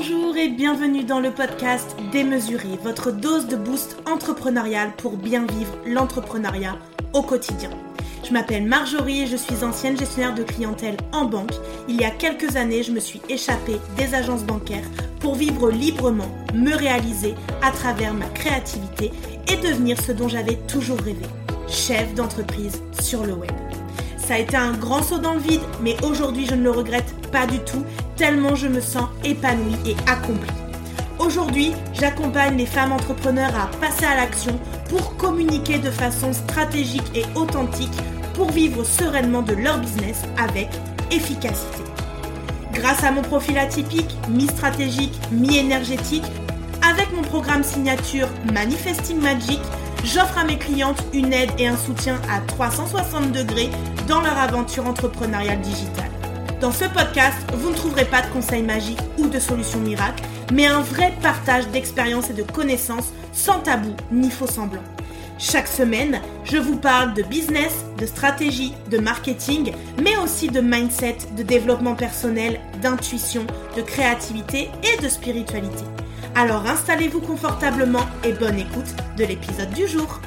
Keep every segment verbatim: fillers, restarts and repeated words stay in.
Bonjour et bienvenue dans le podcast Démesuré, votre dose de boost entrepreneurial pour bien vivre l'entrepreneuriat au quotidien. Je m'appelle Marjorie et je suis ancienne gestionnaire de clientèle en banque. Il y a quelques années, je me suis échappée des agences bancaires pour vivre librement, me réaliser à travers ma créativité et devenir ce dont j'avais toujours rêvé, chef d'entreprise sur le web. Ça a été un grand saut dans le vide, mais aujourd'hui je ne le regrette pas du tout, tellement je me sens épanouie et accomplie. Aujourd'hui, j'accompagne les femmes entrepreneurs à passer à l'action pour communiquer de façon stratégique et authentique pour vivre sereinement de leur business avec efficacité. Grâce à mon profil atypique, mi-stratégique, mi-énergétique, avec mon programme signature Manifesting Magic, j'offre à mes clientes une aide et un soutien à trois cent soixante degrés dans leur aventure entrepreneuriale digitale. Dans ce podcast, vous ne trouverez pas de conseils magiques ou de solutions miracles, mais un vrai partage d'expériences et de connaissances sans tabou ni faux semblants. Chaque semaine, je vous parle de business, de stratégie, de marketing, mais aussi de mindset, de développement personnel, d'intuition, de créativité et de spiritualité. Alors installez-vous confortablement et bonne écoute de l'épisode du jour.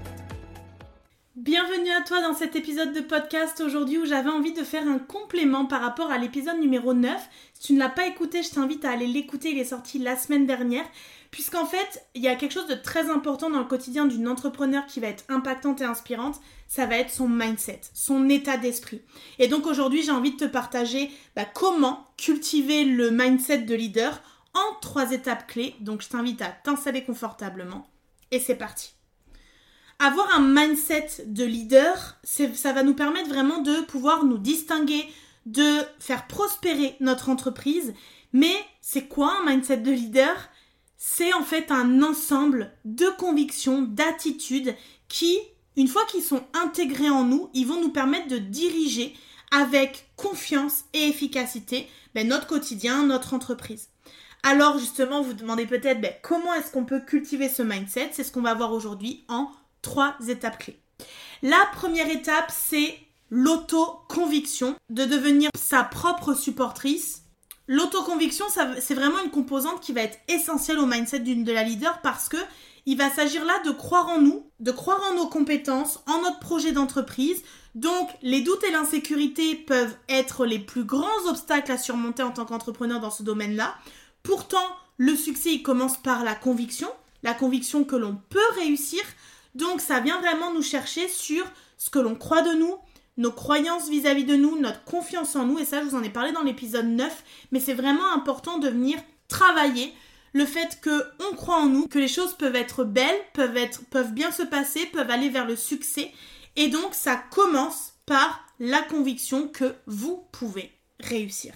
Bienvenue à toi dans cet épisode de podcast aujourd'hui où j'avais envie de faire un complément par rapport à l'épisode numéro neuf. Si tu ne l'as pas écouté, je t'invite à aller l'écouter, il est sorti la semaine dernière. Puisqu'en fait, il y a quelque chose de très important dans le quotidien d'une entrepreneur qui va être impactante et inspirante, ça va être son mindset, son état d'esprit. Et donc aujourd'hui, j'ai envie de te partager bah, comment cultiver le mindset de leader en trois étapes clés. Donc je t'invite à t'installer confortablement et c'est parti. Avoir un mindset de leader, c'est, ça va nous permettre vraiment de pouvoir nous distinguer, de faire prospérer notre entreprise. Mais c'est quoi un mindset de leader ? C'est en fait un ensemble de convictions, d'attitudes qui, une fois qu'ils sont intégrés en nous, ils vont nous permettre de diriger avec confiance et efficacité ben, notre quotidien, notre entreprise. Alors justement, vous vous demandez peut-être ben, comment est-ce qu'on peut cultiver ce mindset ? C'est ce qu'on va voir aujourd'hui en trois étapes clés. La première étape, c'est l'autoconviction, de devenir sa propre supportrice. L'autoconviction, ça, c'est vraiment une composante qui va être essentielle au mindset d'une de la leader parce que il va s'agir là de croire en nous, de croire en nos compétences, en notre projet d'entreprise. Donc, les doutes et l'insécurité peuvent être les plus grands obstacles à surmonter en tant qu'entrepreneur dans ce domaine-là. Pourtant, le succès, il commence par la conviction, la conviction que l'on peut réussir. Donc, ça vient vraiment nous chercher sur ce que l'on croit de nous, nos croyances vis-à-vis de nous, notre confiance en nous. Et ça, je vous en ai parlé dans l'épisode neuf. Mais c'est vraiment important de venir travailler le fait qu'on croit en nous, que les choses peuvent être belles, peuvent, être, peuvent bien se passer, peuvent aller vers le succès. Et donc, ça commence par la conviction que vous pouvez réussir.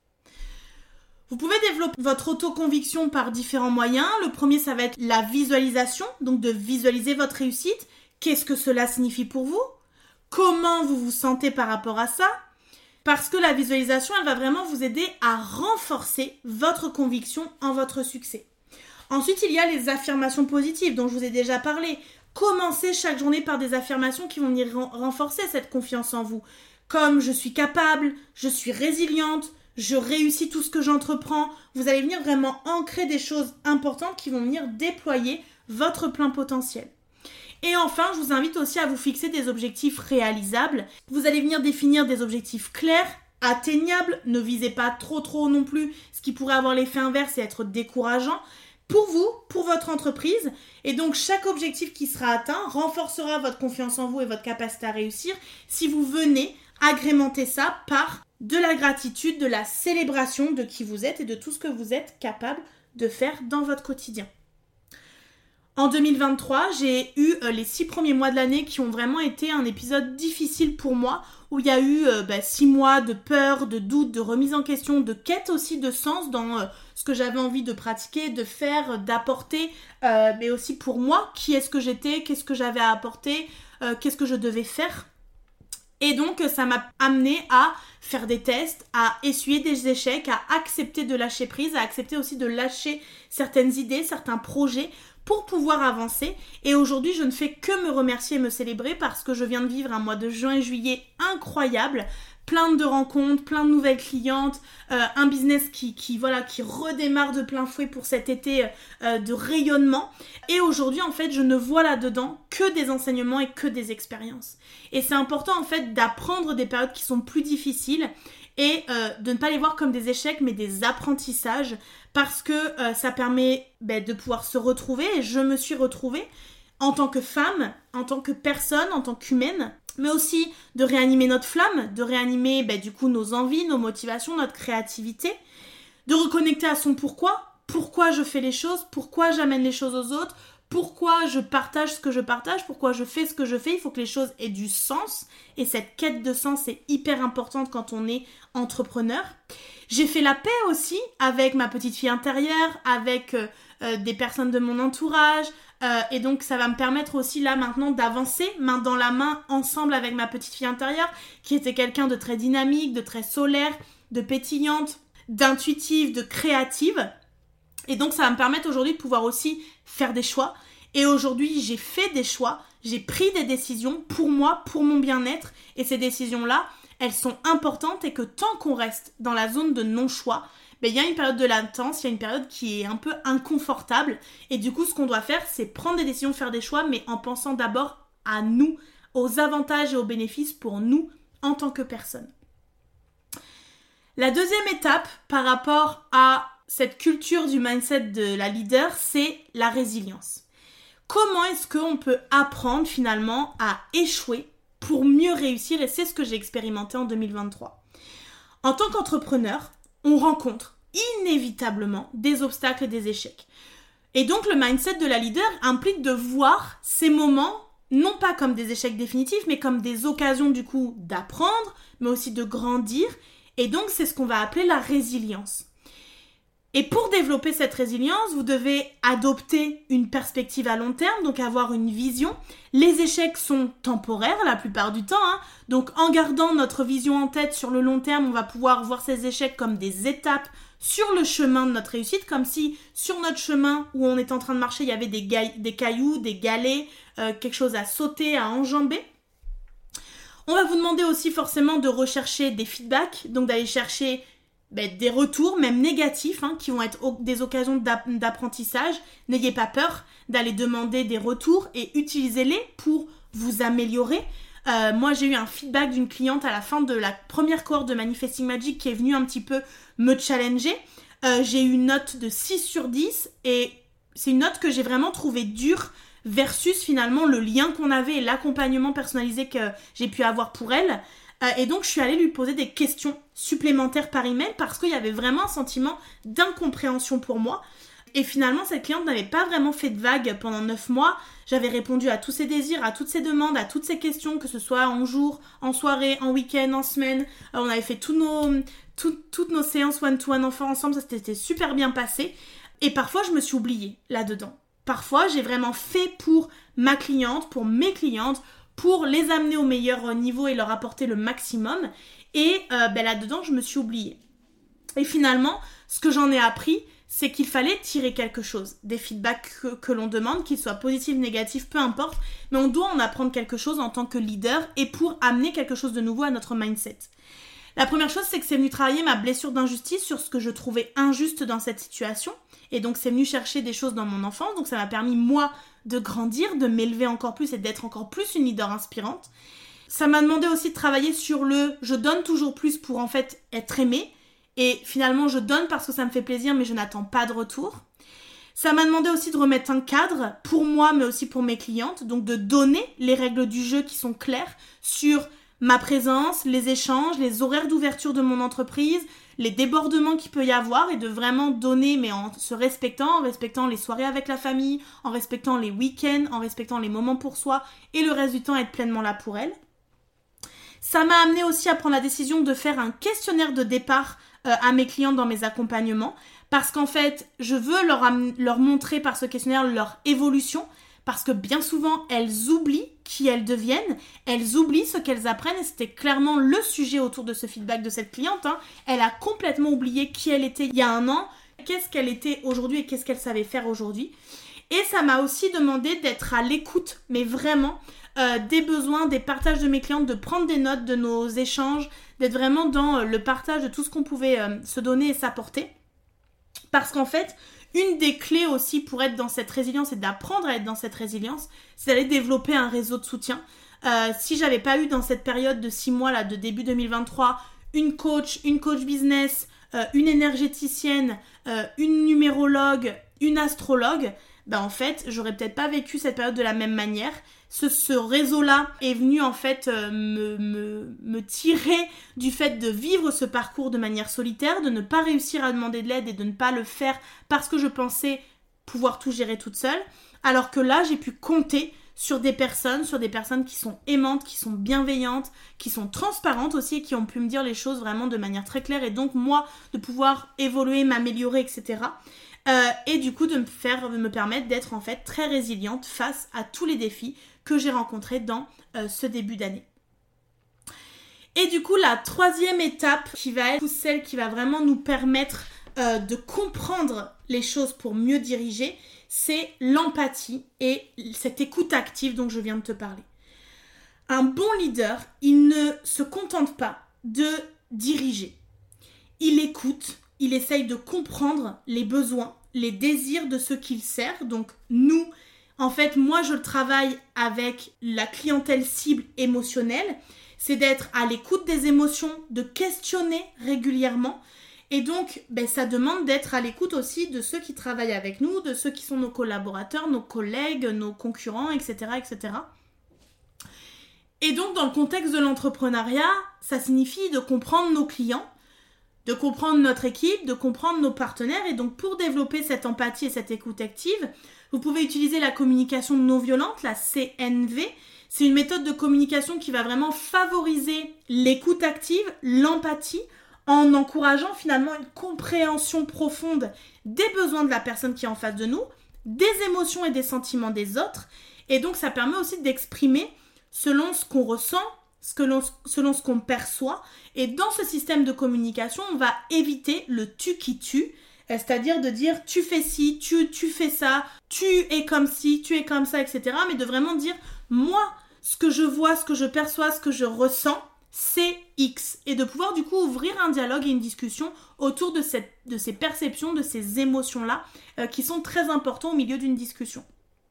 Vous pouvez développer votre autoconviction par différents moyens. Le premier, ça va être la visualisation, donc de visualiser votre réussite. Qu'est-ce que cela signifie pour vous ? Comment vous vous sentez par rapport à ça ? Parce que la visualisation, elle va vraiment vous aider à renforcer votre conviction en votre succès. Ensuite, il y a les affirmations positives dont je vous ai déjà parlé. Commencez chaque journée par des affirmations qui vont venir renforcer cette confiance en vous. Comme « je suis capable »,« je suis résiliente », je réussis tout ce que j'entreprends. Vous allez venir vraiment ancrer des choses importantes qui vont venir déployer votre plein potentiel. Et enfin, je vous invite aussi à vous fixer des objectifs réalisables. Vous allez venir définir des objectifs clairs, atteignables. Ne visez pas trop trop non plus, ce qui pourrait avoir l'effet inverse et être décourageant pour vous, pour votre entreprise. Et donc, chaque objectif qui sera atteint renforcera votre confiance en vous et votre capacité à réussir si vous venez agrémenter ça par de la gratitude, de la célébration de qui vous êtes et de tout ce que vous êtes capable de faire dans votre quotidien. En deux mille vingt-trois, j'ai eu euh, les six premiers mois de l'année qui ont vraiment été un épisode difficile pour moi, où il y a eu euh, bah, six mois de peur, de doute, de remise en question, de quête aussi de sens dans euh, ce que j'avais envie de pratiquer, de faire, d'apporter, euh, mais aussi pour moi, qui est-ce que j'étais, qu'est-ce que j'avais à apporter, euh, qu'est-ce que je devais faire. Et donc, ça m'a amené à faire des tests, à essuyer des échecs, à accepter de lâcher prise, à accepter aussi de lâcher certaines idées, certains projets pour pouvoir avancer. Et aujourd'hui, je ne fais que me remercier et me célébrer parce que je viens de vivre un mois de juin et juillet incroyable plein de rencontres, plein de nouvelles clientes, euh, un business qui, qui, voilà, qui redémarre de plein fouet pour cet été euh, de rayonnement. Et aujourd'hui, en fait, je ne vois là-dedans que des enseignements et que des expériences. Et c'est important, en fait, d'apprendre des périodes qui sont plus difficiles et euh, de ne pas les voir comme des échecs, mais des apprentissages, parce que euh, ça permet bah, de pouvoir se retrouver. Et je me suis retrouvée en tant que femme, en tant que personne, en tant qu'humaine, mais aussi de réanimer notre flamme, de réanimer bah, du coup nos envies, nos motivations, notre créativité, de reconnecter à son pourquoi, pourquoi je fais les choses, pourquoi j'amène les choses aux autres, pourquoi je partage ce que je partage, pourquoi je fais ce que je fais. Il faut que les choses aient du sens, et cette quête de sens est hyper importante quand on est entrepreneur. J'ai fait la paix aussi avec ma petite fille intérieure, avec euh, euh, des personnes de mon entourage, euh, et donc ça va me permettre aussi là maintenant d'avancer main dans la main ensemble avec ma petite fille intérieure, qui était quelqu'un de très dynamique, de très solaire, de pétillante, d'intuitive, de créative. Et donc ça va me permettre aujourd'hui de pouvoir aussi faire des choix. Et aujourd'hui j'ai fait des choix, j'ai pris des décisions pour moi, pour mon bien-être, et ces décisions-là, elles sont importantes, et que tant qu'on reste dans la zone de non-choix, ben, il y a une période de latence, il y a une période qui est un peu inconfortable, et du coup ce qu'on doit faire, c'est prendre des décisions, faire des choix, mais en pensant d'abord à nous, aux avantages et aux bénéfices pour nous en tant que personne. La deuxième étape par rapport à cette culture du mindset de la leader, c'est la résilience. Comment est-ce qu'on peut apprendre finalement à échouer pour mieux réussir? Et c'est ce que j'ai expérimenté en deux mille vingt-trois. En tant qu'entrepreneur, on rencontre inévitablement des obstacles et des échecs. Et donc le mindset de la leader implique de voir ces moments non pas comme des échecs définitifs, mais comme des occasions du coup d'apprendre, mais aussi de grandir. Et donc c'est ce qu'on va appeler la résilience. Et pour développer cette résilience, vous devez adopter une perspective à long terme, donc avoir une vision. Les échecs sont temporaires la plupart du temps, hein. Donc en gardant notre vision en tête sur le long terme, on va pouvoir voir ces échecs comme des étapes sur le chemin de notre réussite, comme si sur notre chemin où on est en train de marcher, il y avait des, ga- des cailloux, des galets, euh, quelque chose à sauter, à enjamber. On va vous demander aussi forcément de rechercher des feedbacks, donc d'aller chercher Ben, des retours, même négatifs, hein, qui vont être o- des occasions d'app- d'apprentissage. N'ayez pas peur d'aller demander des retours et utilisez-les pour vous améliorer. Euh, moi, j'ai eu un feedback d'une cliente à la fin de la première cohorte de Manifesting Magic qui est venue un petit peu me challenger. Euh, j'ai eu une note de six sur dix et c'est une note que j'ai vraiment trouvée dure versus finalement le lien qu'on avait et l'accompagnement personnalisé que j'ai pu avoir pour elle. Euh, et donc, je suis allée lui poser des questions supplémentaires par email parce qu'il y avait vraiment un sentiment d'incompréhension pour moi. Et finalement, cette cliente n'avait pas vraiment fait de vagues pendant neuf mois. J'avais répondu à tous ses désirs, à toutes ses demandes, à toutes ses questions, que ce soit en jour, en soirée, en week-end, en semaine. Euh, on avait fait tous nos, tout, toutes nos séances one-to-one enfants ensemble. Ça s'était super bien passé. Et parfois, je me suis oubliée là-dedans. Parfois, j'ai vraiment fait pour ma cliente, pour mes clientes, pour les amener au meilleur niveau et leur apporter le maximum. Et euh, ben là-dedans, je me suis oubliée. Et finalement, ce que j'en ai appris, c'est qu'il fallait tirer quelque chose. Des feedbacks que, que l'on demande, qu'ils soient positifs, négatifs, peu importe. Mais on doit en apprendre quelque chose en tant que leader et pour amener quelque chose de nouveau à notre mindset. La première chose, c'est que c'est venu travailler ma blessure d'injustice sur ce que je trouvais injuste dans cette situation. Et donc, c'est venu chercher des choses dans mon enfance. Donc, ça m'a permis, moi, de grandir, de m'élever encore plus et d'être encore plus une leader inspirante. Ça m'a demandé aussi de travailler sur le « je donne toujours plus pour en fait être aimée ». Et finalement, je donne parce que ça me fait plaisir, mais je n'attends pas de retour. Ça m'a demandé aussi de remettre un cadre pour moi, mais aussi pour mes clientes. Donc, de donner les règles du jeu qui sont claires sur ma présence, les échanges, les horaires d'ouverture de mon entreprise, les débordements qu'il peut y avoir et de vraiment donner, mais en se respectant, en respectant les soirées avec la famille, en respectant les week-ends, en respectant les moments pour soi et le reste du temps être pleinement là pour elle. Ça m'a amené aussi à prendre la décision de faire un questionnaire de départ euh, à mes clientes dans mes accompagnements parce qu'en fait, je veux leur, am- leur montrer par ce questionnaire leur évolution parce que bien souvent, elles oublient qui elles deviennent, elles oublient ce qu'elles apprennent et c'était clairement le sujet autour de ce feedback de cette cliente. Hein. Elle a complètement oublié qui elle était il y a un an, qu'est-ce qu'elle était aujourd'hui et qu'est-ce qu'elle savait faire aujourd'hui. Et ça m'a aussi demandé d'être à l'écoute, mais vraiment, euh, des besoins, des partages de mes clientes, de prendre des notes de nos échanges, d'être vraiment dans euh, le partage de tout ce qu'on pouvait euh, se donner et s'apporter. Parce qu'en fait, une des clés aussi pour être dans cette résilience et d'apprendre à être dans cette résilience, c'est d'aller développer un réseau de soutien. Euh, si j'avais pas eu dans cette période de six mois là, de début deux mille vingt-trois, une coach, une coach business, euh, une énergéticienne, euh, une numérologue, une astrologue, bah en fait, j'aurais peut-être pas vécu cette période de la même manière. Ce, ce réseau-là est venu en fait euh, me, me, me tirer du fait de vivre ce parcours de manière solitaire, de ne pas réussir à demander de l'aide et de ne pas le faire parce que je pensais pouvoir tout gérer toute seule. Alors que là, j'ai pu compter sur des personnes, sur des personnes qui sont aimantes, qui sont bienveillantes, qui sont transparentes aussi et qui ont pu me dire les choses vraiment de manière très claire et donc moi de pouvoir évoluer, m'améliorer, et cetera. Euh, et du coup de me faire, de me permettre d'être en fait très résiliente face à tous les défis que j'ai rencontrés dans euh, ce début d'année. Et du coup la troisième étape qui va être celle qui va vraiment nous permettre euh, de comprendre les choses pour mieux diriger, c'est l'empathie et cette écoute active dont je viens de te parler. Un bon leader, il ne se contente pas de diriger. Il écoute, il essaye de comprendre les besoins, les désirs de ceux qu'il sert. Donc nous, en fait, moi je travaille avec la clientèle cible émotionnelle. C'est d'être à l'écoute des émotions, de questionner régulièrement. Et donc, ben, ça demande d'être à l'écoute aussi de ceux qui travaillent avec nous, de ceux qui sont nos collaborateurs, nos collègues, nos concurrents, et cetera, et cetera. Et donc, dans le contexte de l'entrepreneuriat, ça signifie de comprendre nos clients, de comprendre notre équipe, de comprendre nos partenaires. Et donc, pour développer cette empathie et cette écoute active, vous pouvez utiliser la communication non violente, la C N V. C'est une méthode de communication qui va vraiment favoriser l'écoute active, l'empathie, en encourageant finalement une compréhension profonde des besoins de la personne qui est en face de nous, des émotions et des sentiments des autres. Et donc, ça permet aussi d'exprimer selon ce qu'on ressent, ce que l'on, selon ce qu'on perçoit. Et dans ce système de communication, on va éviter le tu qui tue, c'est-à-dire de dire tu fais ci, tu, tu fais ça, tu es comme ci, tu es comme ça, et cetera. Mais de vraiment dire moi, ce que je vois, ce que je perçois, ce que je ressens, c'est X. Et de pouvoir du coup ouvrir un dialogue et une discussion autour de, cette, de ces perceptions, de ces émotions-là euh, qui sont très importants au milieu d'une discussion.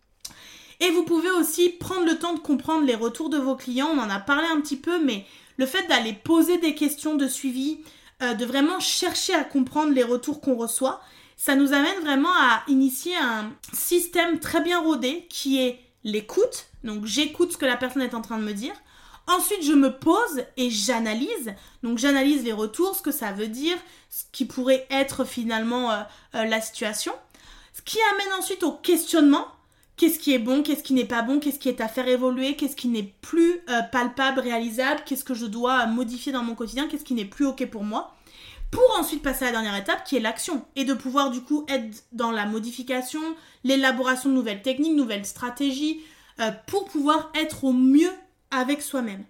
Et vous pouvez aussi prendre le temps de comprendre les retours de vos clients. On en a parlé un petit peu, mais le fait d'aller poser des questions de suivi, euh, de vraiment chercher à comprendre les retours qu'on reçoit, ça nous amène vraiment à initier un système très bien rodé qui est l'écoute. Donc j'écoute ce que la personne est en train de me dire. Ensuite, je me pose et j'analyse. Donc, j'analyse les retours, ce que ça veut dire, ce qui pourrait être finalement euh, euh, la situation. Ce qui amène ensuite au questionnement. Qu'est-ce qui est bon, qu'est-ce qui n'est pas bon, qu'est-ce qui est à faire évoluer, qu'est-ce qui n'est plus euh, palpable, réalisable, qu'est-ce que je dois modifier dans mon quotidien, qu'est-ce qui n'est plus OK pour moi. Pour ensuite passer à la dernière étape qui est l'action. Et de pouvoir du coup être dans la modification, l'élaboration de nouvelles techniques, nouvelles stratégies, euh, pour pouvoir être au mieux avec soi-même.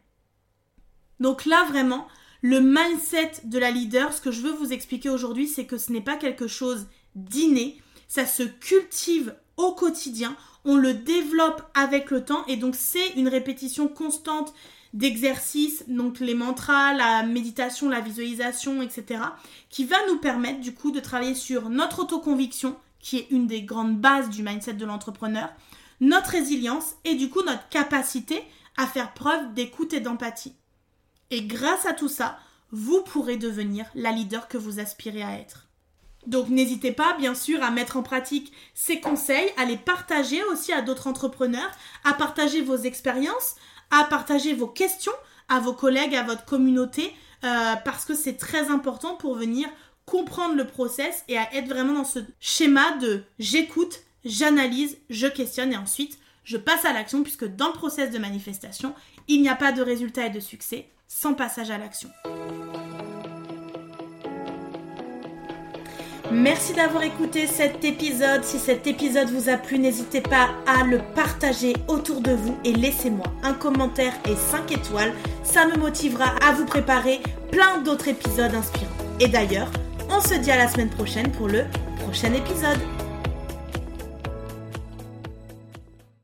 Donc là, vraiment, le mindset de la leader, ce que je veux vous expliquer aujourd'hui, c'est que ce n'est pas quelque chose d'inné, ça se cultive au quotidien, on le développe avec le temps et donc c'est une répétition constante d'exercices, donc les mantras, la méditation, la visualisation, et cetera, qui va nous permettre du coup de travailler sur notre autoconviction, qui est une des grandes bases du mindset de l'entrepreneur, notre résilience et du coup notre capacité à faire preuve d'écoute et d'empathie. Et grâce à tout ça, vous pourrez devenir la leader que vous aspirez à être. Donc n'hésitez pas bien sûr à mettre en pratique ces conseils, à les partager aussi à d'autres entrepreneurs, à partager vos expériences, à partager vos questions à vos collègues, à votre communauté, euh, parce que c'est très important pour venir comprendre le process et à être vraiment dans ce schéma de j'écoute, j'analyse, je questionne et ensuite je passe à l'action puisque dans le process de manifestation, il n'y a pas de résultat et de succès sans passage à l'action. Merci d'avoir écouté cet épisode. Si cet épisode vous a plu, n'hésitez pas à le partager autour de vous et laissez-moi un commentaire et cinq étoiles. Ça me motivera à vous préparer plein d'autres épisodes inspirants. Et d'ailleurs, on se dit à la semaine prochaine pour le prochain épisode.